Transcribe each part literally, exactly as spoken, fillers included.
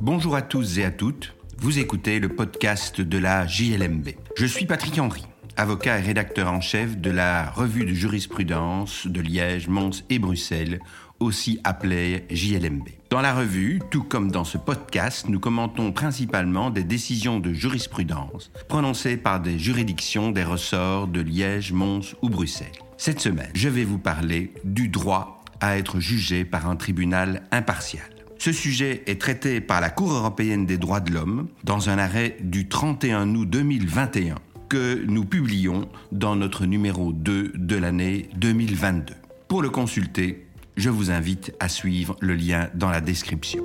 Bonjour à tous et à toutes, vous écoutez le podcast de la J L M B. Je suis Patrick Henry, avocat et rédacteur en chef de la revue de jurisprudence de Liège, Mons et Bruxelles, aussi appelée J L M B. Dans la revue, tout comme dans ce podcast, nous commentons principalement des décisions de jurisprudence prononcées par des juridictions des ressorts de Liège, Mons ou Bruxelles. Cette semaine, je vais vous parler du droit à être jugé par un tribunal impartial. Ce sujet est traité par la Cour européenne des droits de l'homme dans un arrêt du trente et un août deux mille vingt et un que nous publions dans notre numéro deux de l'année deux mille vingt-deux. Pour le consulter, je vous invite à suivre le lien dans la description.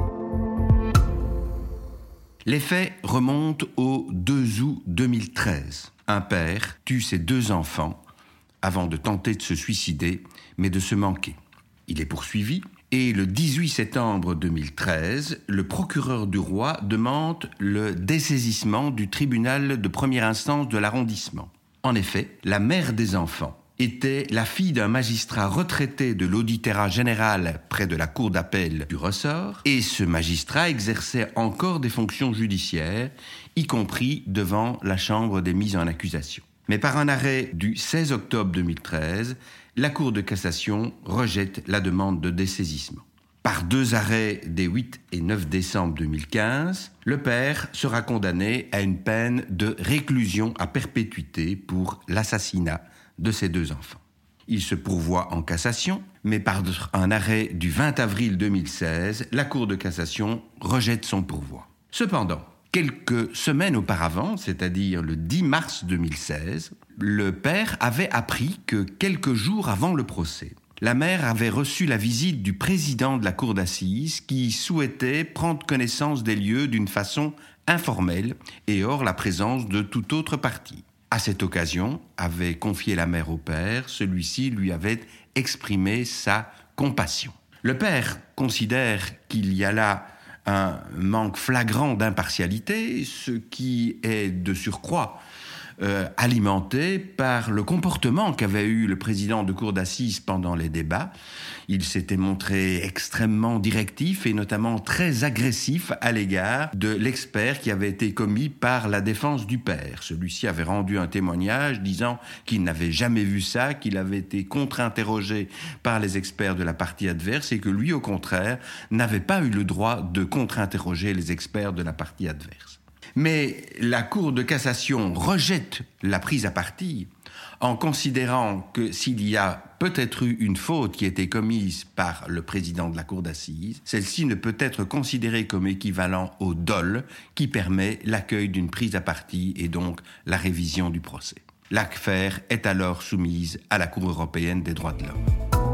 Les faits remontent au deux août deux mille treize. Un père tue ses deux enfants avant de tenter de se suicider, mais de se manquer. Il est poursuivi. Et le dix-huit septembre deux mille treize, le procureur du roi demande le dessaisissement du tribunal de première instance de l'arrondissement. En effet, la mère des enfants était la fille d'un magistrat retraité de l'auditorat général près de la cour d'appel du ressort, et ce magistrat exerçait encore des fonctions judiciaires, y compris devant la chambre des mises en accusation. Mais par un arrêt du seize octobre deux mille treize, la Cour de cassation rejette la demande de dessaisissement. Par deux arrêts des huit et neuf décembre deux mille quinze, le père sera condamné à une peine de réclusion à perpétuité pour l'assassinat de ses deux enfants. Il se pourvoit en cassation, mais par un arrêt du vingt avril deux mille seize, la Cour de cassation rejette son pourvoi. Cependant, quelques semaines auparavant, c'est-à-dire le dix mars deux mille seize, le père avait appris que quelques jours avant le procès, la mère avait reçu la visite du président de la cour d'assises qui souhaitait prendre connaissance des lieux d'une façon informelle et hors la présence de toute autre partie. À cette occasion, avait confié la mère au père, celui-ci lui avait exprimé sa compassion. Le père considère qu'il y a là un manque flagrant d'impartialité, ce qui est de surcroît euh, alimenté par le comportement qu'avait eu le président de cour d'assises pendant les débats. Il s'était montré extrêmement directif et notamment très agressif à l'égard de l'expert qui avait été commis par la défense du père. Celui-ci avait rendu un témoignage disant qu'il n'avait jamais vu ça, qu'il avait été contre-interrogé par les experts de la partie adverse et que lui, au contraire, n'avait pas eu le droit de contre-interroger les experts de la partie adverse. Mais la Cour de cassation rejette la prise à partie en considérant que s'il y a peut-être eu une faute qui a été commise par le président de la cour d'assises, celle-ci ne peut être considérée comme équivalent au dol qui permet l'accueil d'une prise à partie et donc la révision du procès. L'affaire est alors soumise à la Cour européenne des droits de l'homme.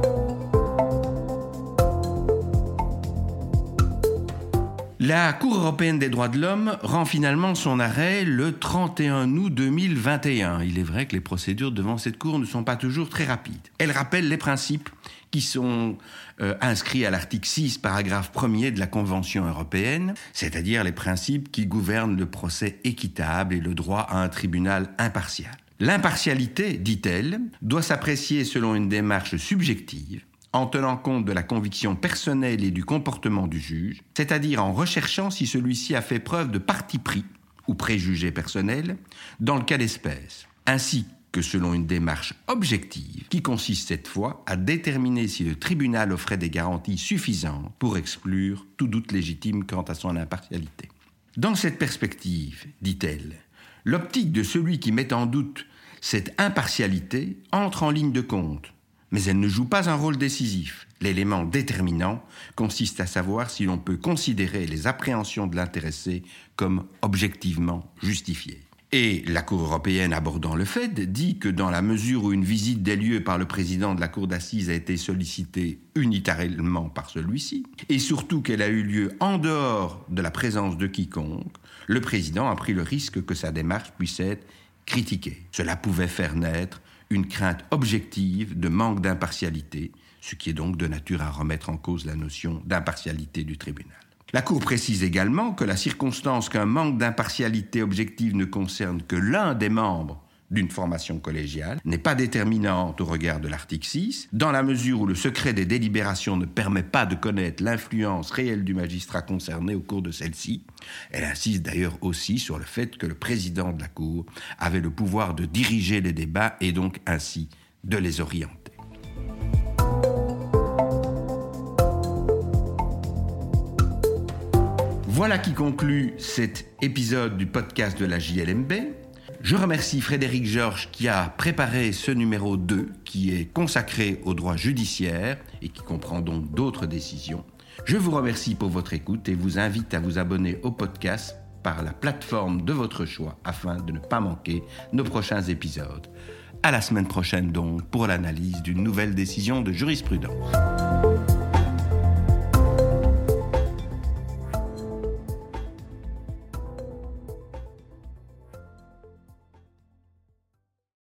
La Cour européenne des droits de l'homme rend finalement son arrêt le trente et un août deux mille vingt et un. Il est vrai que les procédures devant cette Cour ne sont pas toujours très rapides. Elle rappelle les principes qui sont euh, inscrits à l'article six, paragraphe premier de la Convention européenne, c'est-à-dire les principes qui gouvernent le procès équitable et le droit à un tribunal impartial. L'impartialité, dit-elle, doit s'apprécier selon une démarche subjective, en tenant compte de la conviction personnelle et du comportement du juge, c'est-à-dire en recherchant si celui-ci a fait preuve de parti pris ou préjugé personnel dans le cas d'espèce, ainsi que selon une démarche objective qui consiste cette fois à déterminer si le tribunal offrait des garanties suffisantes pour exclure tout doute légitime quant à son impartialité. Dans cette perspective, dit-elle, l'optique de celui qui met en doute cette impartialité entre en ligne de compte, mais elle ne joue pas un rôle décisif. L'élément déterminant consiste à savoir si l'on peut considérer les appréhensions de l'intéressé comme objectivement justifiées. Et la Cour européenne abordant le fait dit que dans la mesure où une visite des lieux par le président de la cour d'assises a été sollicitée unilatéralement par celui-ci, et surtout qu'elle a eu lieu en dehors de la présence de quiconque, le président a pris le risque que sa démarche puisse être critiquée. Cela pouvait faire naître une crainte objective de manque d'impartialité, ce qui est donc de nature à remettre en cause la notion d'impartialité du tribunal. La Cour précise également que la circonstance qu'un manque d'impartialité objective ne concerne que l'un des membres d'une formation collégiale, n'est pas déterminante au regard de l'article six, dans la mesure où le secret des délibérations ne permet pas de connaître l'influence réelle du magistrat concerné au cours de celle-ci. Elle insiste d'ailleurs aussi sur le fait que le président de la Cour avait le pouvoir de diriger les débats et donc ainsi de les orienter. Voilà qui conclut cet épisode du podcast de la J L M B. Je remercie Frédéric Georges qui a préparé ce numéro deux qui est consacré au droit judiciaire et qui comprend donc d'autres décisions. Je vous remercie pour votre écoute et vous invite à vous abonner au podcast par la plateforme de votre choix afin de ne pas manquer nos prochains épisodes. À la semaine prochaine donc pour l'analyse d'une nouvelle décision de jurisprudence.